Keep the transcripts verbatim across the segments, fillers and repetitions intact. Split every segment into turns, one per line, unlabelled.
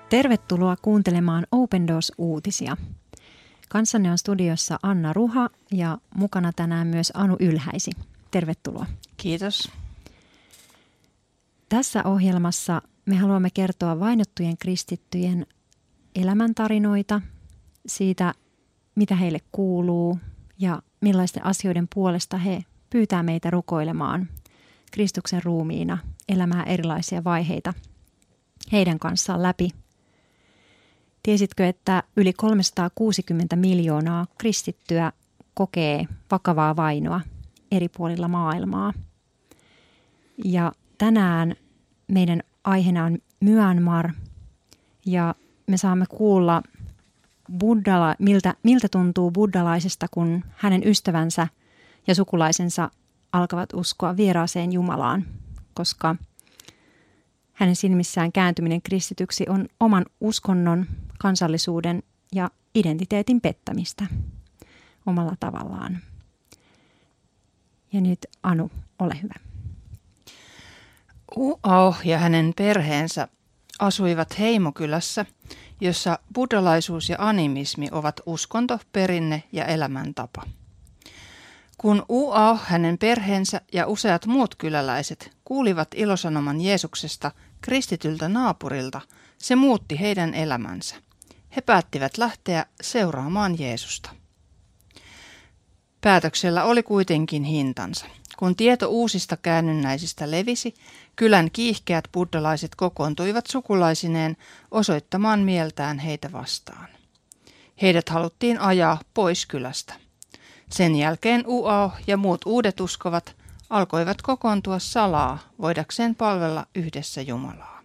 Tervetuloa kuuntelemaan Open Doors-uutisia. Kanssanne on studiossa Anna Ruha ja mukana tänään myös Anu Ylhäisi. Tervetuloa.
Kiitos.
Tässä ohjelmassa me haluamme kertoa vainottujen kristittyjen elämäntarinoita, siitä mitä heille kuuluu ja millaisten asioiden puolesta he pyytää meitä rukoilemaan Kristuksen ruumiina elämää erilaisia vaiheita heidän kanssaan läpi. Tiesitkö, että yli kolmesataakuusikymmentä miljoonaa kristittyä kokee vakavaa vainoa eri puolilla maailmaa? Ja tänään meidän aiheena on Myanmar ja me saamme kuulla buddala, miltä, miltä tuntuu buddhalaisesta, kun hänen ystävänsä ja sukulaisensa alkavat uskoa vieraaseen Jumalaan, koska hänen silmissään kääntyminen kristityksi on oman uskonnon, kansallisuuden ja identiteetin pettämistä omalla tavallaan. Ja nyt Anu, ole hyvä.
U Aung ja hänen perheensä asuivat heimokylässä, jossa buddhalaisuus ja animismi ovat uskonto, perinne ja elämäntapa. Kun U Aung, hänen perheensä ja useat muut kyläläiset kuulivat ilosanoman Jeesuksesta kristityltä naapurilta, se muutti heidän elämänsä. He päättivät lähteä seuraamaan Jeesusta. Päätöksellä oli kuitenkin hintansa. Kun tieto uusista käännynnäisistä levisi, kylän kiihkeät buddhalaiset kokoontuivat sukulaisineen osoittamaan mieltään heitä vastaan. Heidät haluttiin ajaa pois kylästä. Sen jälkeen U Aung ja muut uudet uskovat alkoivat kokoontua salaa voidakseen palvella yhdessä Jumalaa.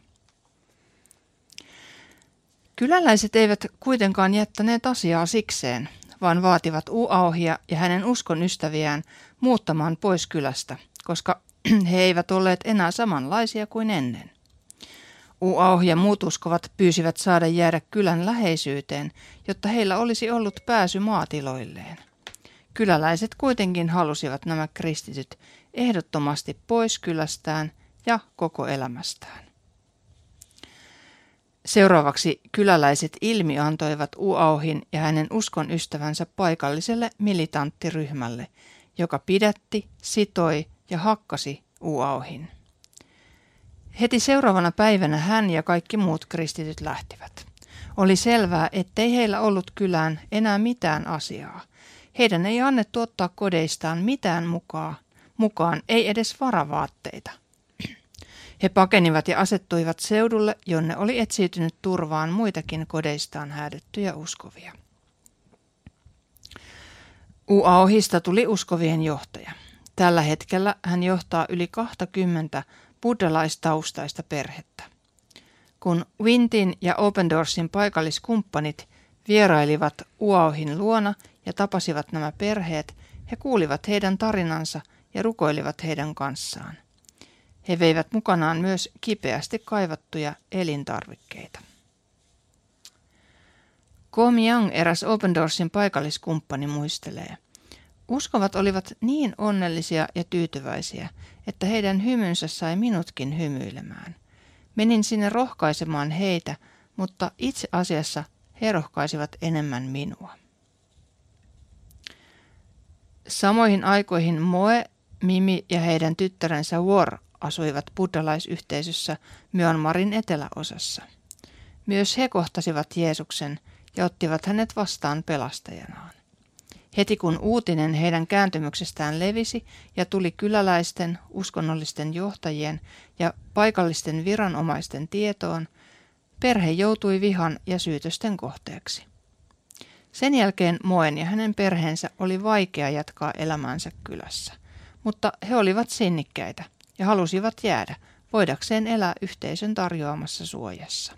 Kyläläiset eivät kuitenkaan jättäneet asiaa sikseen, vaan vaativat U Aungia ja hänen uskon ystäviään muuttamaan pois kylästä, koska he eivät olleet enää samanlaisia kuin ennen. U Aung ja muut uskovat pyysivät saada jäädä kylän läheisyyteen, jotta heillä olisi ollut pääsy maatiloilleen. Kyläläiset kuitenkin halusivat nämä kristityt ehdottomasti pois kylästään ja koko elämästään. Seuraavaksi kyläläiset ilmiantoivat U Aungin ja hänen uskon ystävänsä paikalliselle militanttiryhmälle, joka pidätti, sitoi ja hakkasi U Aungin. Heti seuraavana päivänä hän ja kaikki muut kristityt lähtivät. Oli selvää, ettei heillä ollut kylään enää mitään asiaa. Heidän ei annettu ottaa kodeistaan mitään mukaan, mukaan ei edes varavaatteita. He pakenivat ja asettuivat seudulle, jonne oli etsiytynyt turvaan muitakin kodeistaan häädettyjä uskovia. U Aungista tuli uskovien johtaja. Tällä hetkellä hän johtaa yli kaksikymmentä buddhalaistaustaista perhettä. Kun Wintin ja Open Doorsin paikalliskumppanit vierailivat U Aungin luona ja tapasivat nämä perheet, he kuulivat heidän tarinansa ja rukoilivat heidän kanssaan. He veivät mukanaan myös kipeästi kaivattuja elintarvikkeita. Ko Myang, eräs Open Doorsin paikalliskumppani, muistelee. Uskovat olivat niin onnellisia ja tyytyväisiä, että heidän hymynsä sai minutkin hymyilemään. Menin sinne rohkaisemaan heitä, mutta itse asiassa he rohkaisivat enemmän minua. Samoihin aikoihin Moe, Mimi ja heidän tyttärensä War asuivat buddhalaisyhteisössä Myanmarin eteläosassa. Myös he kohtasivat Jeesuksen ja ottivat hänet vastaan pelastajanaan. Heti kun uutinen heidän kääntymyksestään levisi ja tuli kyläläisten, uskonnollisten johtajien ja paikallisten viranomaisten tietoon, perhe joutui vihan ja syytösten kohteeksi. Sen jälkeen Moen ja hänen perheensä oli vaikea jatkaa elämäänsä kylässä, mutta he olivat sinnikkäitä ja halusivat jäädä, voidakseen elää yhteisön tarjoamassa suojassa.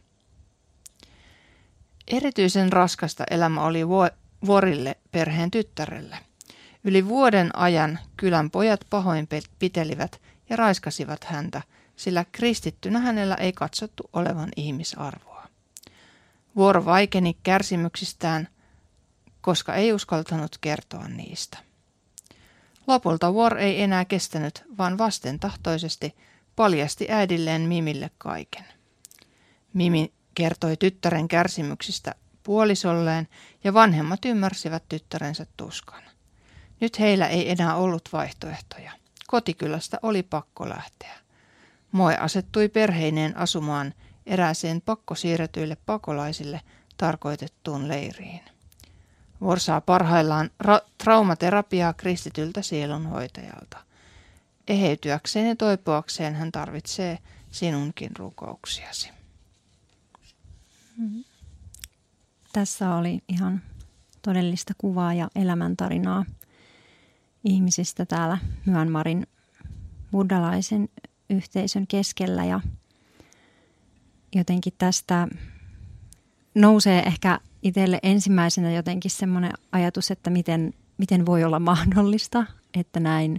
Erityisen raskasta elämä oli Warille, perheen tyttärelle. Yli vuoden ajan kylän pojat pahoin pitelivät ja raiskasivat häntä, sillä kristittynä hänellä ei katsottu olevan ihmisarvoa. War vaikeni kärsimyksistään, koska ei uskaltanut kertoa niistä. Lopulta War ei enää kestänyt, vaan vastentahtoisesti paljasti äidilleen Mimille kaiken. Mimi kertoi tyttären kärsimyksistä puolisolleen ja vanhemmat ymmärsivät tyttärensä tuskan. Nyt heillä ei enää ollut vaihtoehtoja. Kotikylästä oli pakko lähteä. Moe asettui perheineen asumaan erääseen pakkosiirretyille pakolaisille tarkoitettuun leiriin. Vor saa parhaillaan ra- traumaterapiaa kristityltä sielunhoitajalta. Eheytyäkseen ja toipuakseen hän tarvitsee sinunkin rukouksiasi.
Mm-hmm. Tässä oli ihan todellista kuvaa ja elämäntarinaa ihmisistä täällä Myanmarin buddhalaisen yhteisön keskellä. Ja jotenkin tästä nousee ehkä itselle ensimmäisenä jotenkin semmoinen ajatus, että miten, miten voi olla mahdollista, että näin,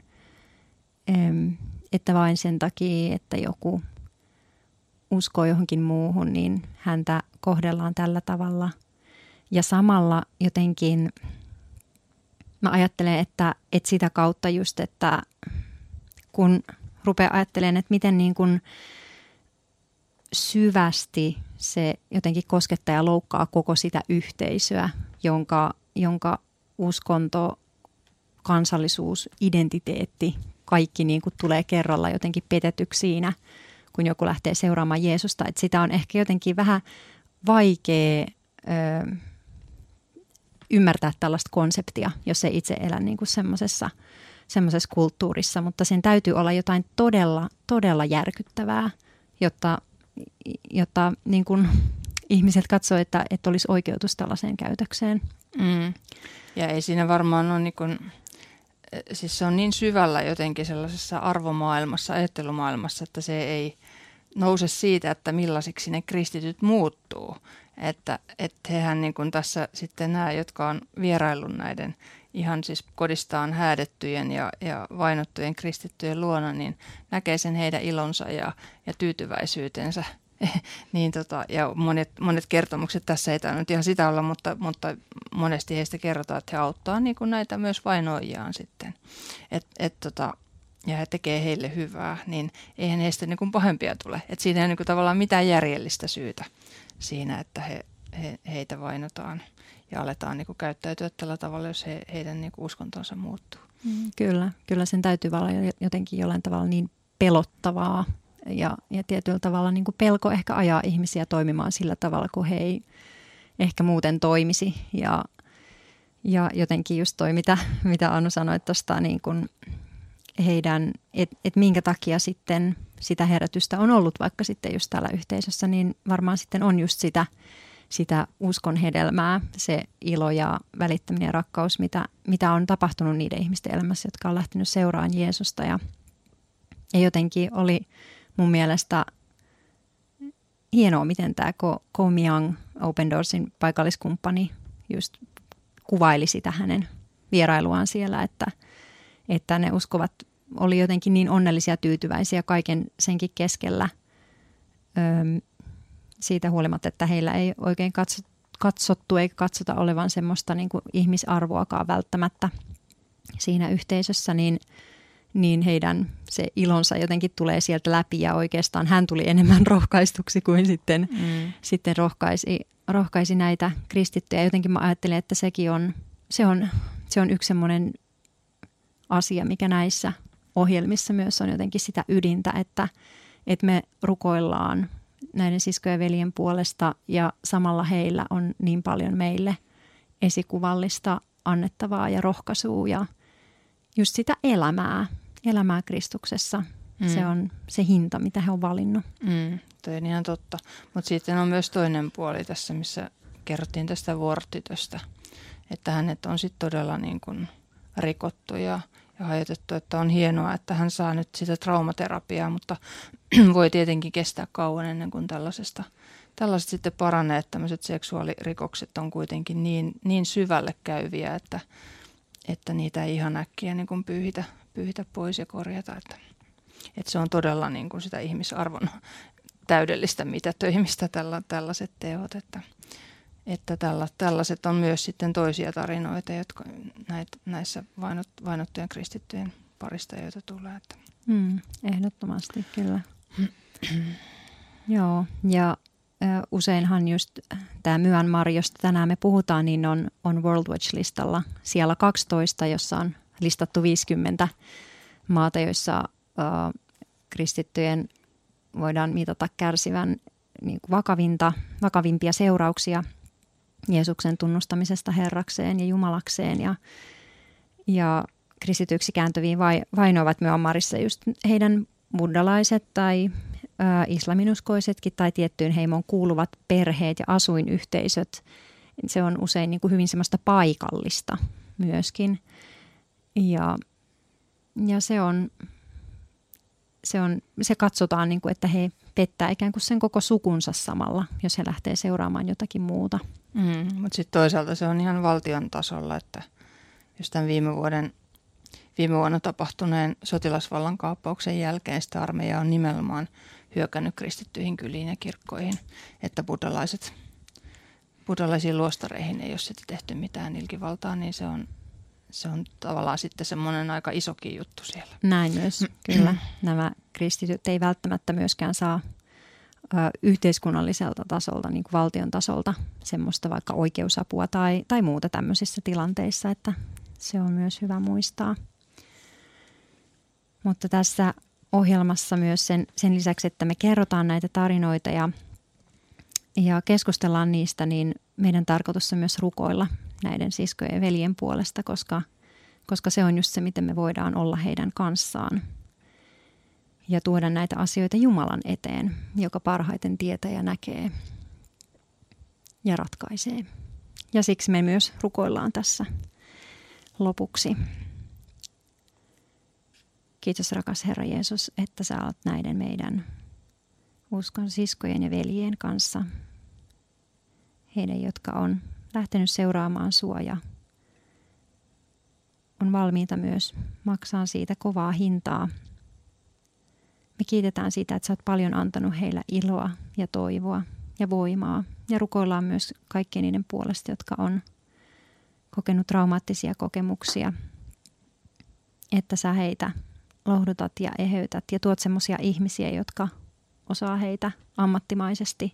että vain sen takia, että joku uskoo johonkin muuhun, niin häntä kohdellaan tällä tavalla. Ja samalla jotenkin mä ajattelen, että, että sitä kautta just, että kun rupeaa ajattelemaan, että miten niin kuin syvästi se jotenkin koskettaa ja loukkaa koko sitä yhteisöä, jonka, jonka uskonto, kansallisuus, identiteetti, kaikki niin kuin tulee kerralla jotenkin petetyksi siinä, kun joku lähtee seuraamaan Jeesusta. Että sitä on ehkä jotenkin vähän vaikea ö, ymmärtää tällaista konseptia, jos ei itse elä niin kuin semmoisessa semmoisessa kulttuurissa, mutta sen täytyy olla jotain todella, todella järkyttävää, jotta, jotta niin kuin ihmiset katsoo, että, että olisi oikeutus tällaiseen käytökseen.
Mm. Ja ei siinä varmaan ole niin kuin, siis se on niin syvällä jotenkin sellaisessa arvomaailmassa, ajattelumaailmassa, että se ei nouse siitä, että millaisiksi ne kristityt muuttuu. Että, että hehän niin kuin tässä sitten nämä, jotka on vieraillut näiden ihan siis kodistaan häädettyjen ja, ja vainottujen kristittyjen luona, niin näkee sen heidän ilonsa ja, ja tyytyväisyytensä. niin tota, ja monet, monet kertomukset tässä ei tainnut ihan sitä olla, mutta, mutta monesti heistä kerrotaan, että he auttaa niin kuin näitä myös vainoijaan sitten. Et, et tota, ja he tekee heille hyvää, niin eihän heistä niin kuin pahempia tule. Et siinä ei ole niin kuin tavallaan mitään järjellistä syytä siinä, että he, he, heitä vainotaan ja aletaan niin kuin käyttäytyä tällä tavalla, jos he, heidän niin kuin uskontonsa muuttuu.
Mm, kyllä, kyllä sen täytyy olla jotenkin jollain tavalla niin pelottavaa ja, ja tietyllä tavalla niin kuin pelko ehkä ajaa ihmisiä toimimaan sillä tavalla, kun he ei ehkä muuten toimisi. Ja, ja jotenkin just toi, mitä, mitä Anu sanoi tuosta niin kuin heidän, että et minkä takia sitten sitä herätystä on ollut vaikka sitten just täällä yhteisössä, niin varmaan sitten on just sitä, sitä uskon hedelmää, se ilo ja välittäminen ja rakkaus, mitä, mitä on tapahtunut niiden ihmisten elämässä, jotka on lähtenyt seuraamaan Jeesusta. Ja, ja jotenkin oli mun mielestä hienoa, miten tämä Ko Myung, Open Doorsin paikalliskumppani, just kuvaili sitä hänen vierailuaan siellä, että, että ne uskovat oli jotenkin niin onnellisia ja tyytyväisiä kaiken senkin keskellä öö, siitä huolimatta, että heillä ei oikein katsottu eikä katsota olevan semmoista niin kuin ihmisarvoakaan välttämättä siinä yhteisössä, niin, niin heidän se ilonsa jotenkin tulee sieltä läpi ja oikeastaan hän tuli enemmän rohkaistuksi kuin sitten, mm. sitten rohkaisi, rohkaisi näitä kristittyjä. Jotenkin mä ajattelen, että sekin on, se on, se on yksi semmoinen asia, mikä näissä ohjelmissa myös on jotenkin sitä ydintä, että, että me rukoillaan näiden siskojen ja veljen puolesta ja samalla heillä on niin paljon meille esikuvallista annettavaa ja rohkaisua ja just sitä elämää, elämää Kristuksessa. Mm. Se on se hinta, mitä he on valinnut.
Mm, toi on ihan totta. Mutta sitten on myös toinen puoli tässä, missä kerrottiin tästä vuorotytöstä, että hänet on sitten todella niin kuin rikottu ja Ja hajotettu, että on hienoa, että hän saa nyt sitä traumaterapiaa, mutta voi tietenkin kestää kauan ennen kuin tällaisesta, tällaiset sitten paranee, että tämmöiset seksuaalirikokset on kuitenkin niin, niin syvälle käyviä, että, että niitä ei ihan äkkiä niin kuin pyyhitä, pyyhitä pois ja korjata. Että, että se on todella niin kuin sitä ihmisarvon täydellistä mitätöimistä tällä, tällaiset teot, että Että tällaiset on myös sitten toisia tarinoita, jotka näitä, näissä vainot, vainottujen kristittyjen parista, joita tulee. Että.
Mm, ehdottomasti, kyllä. Joo, ja useinhan just tämä Myanmar, josta tänään me puhutaan, niin on, on World Watch-listalla siellä kaksitoista, jossa on listattu viisikymmentä maata, joissa uh, kristittyjen voidaan mitata kärsivän niin kuin vakavinta, vakavimpia seurauksia Jeesuksen tunnustamisesta Herrakseen ja Jumalakseen. Ja, ja kristityksi kääntyviin vai, vainoavat Myanmarissa just heidän buddhalaiset tai ä, islaminuskoisetkin tai tiettyyn heimoon kuuluvat perheet ja asuinyhteisöt. Se on usein niin kuin hyvin semmoista paikallista myöskin. Ja, ja se on... Se, on, se katsotaan, niin kuin, että he pettää ikään kuin sen koko sukunsa samalla, jos he lähtee seuraamaan jotakin muuta.
Mm, mutta sitten toisaalta se on ihan valtion tasolla, että jos tämän viime, vuoden, viime vuonna tapahtuneen sotilasvallan kaappauksen jälkeen sitä armeija on nimenomaan hyökännyt kristittyihin kyliin ja kirkkoihin, että buddhalaiset, buddhalaisiin luostareihin ei ole sitten tehty mitään ilkivaltaa, niin se on... Se on tavallaan sitten semmoinen aika isokin juttu siellä.
Näin myös, kyllä. Nämä kristityt ei välttämättä myöskään saa ö, yhteiskunnalliselta tasolta, niin kuin valtion tasolta, semmoista vaikka oikeusapua tai, tai muuta tämmöisissä tilanteissa, että se on myös hyvä muistaa. Mutta tässä ohjelmassa myös sen, sen lisäksi, että me kerrotaan näitä tarinoita ja, ja keskustellaan niistä, niin meidän tarkoitus on myös rukoilla näiden siskojen ja veljen puolesta, koska, koska se on just se, miten me voidaan olla heidän kanssaan ja tuoda näitä asioita Jumalan eteen, joka parhaiten tietää ja näkee ja ratkaisee. Ja siksi me myös rukoillaan tässä lopuksi. Kiitos rakas Herra Jeesus, että sä oot näiden meidän uskon siskojen ja veljien kanssa. Heidän, jotka on lähtenyt seuraamaan sua ja on valmiita myös maksaa siitä kovaa hintaa. Me kiitetään siitä, että sä oot paljon antanut heillä iloa ja toivoa ja voimaa. Ja rukoillaan myös kaikkien niiden puolesta, jotka on kokenut traumaattisia kokemuksia, että sä heitä lohdutat ja eheytät ja tuot semmoisia ihmisiä, jotka osaa heitä ammattimaisesti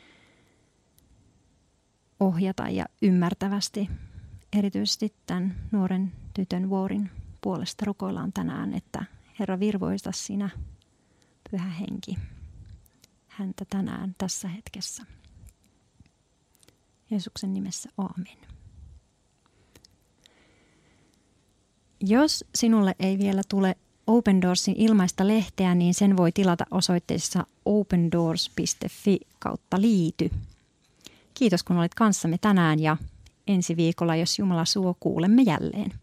ohjata ja ymmärtävästi. Erityisesti tämän nuoren tytön Vuorin puolesta rukoillaan tänään, että Herra virvoista sinä, Pyhä Henki, häntä tänään tässä hetkessä. Jeesuksen nimessä aamen. Jos sinulle ei vielä tule Open Doorsin ilmaista lehteä, niin sen voi tilata osoitteessa opendoors piste fi kautta liity. Kiitos kun olit kanssamme tänään ja ensi viikolla, jos Jumala suo, kuulemme jälleen.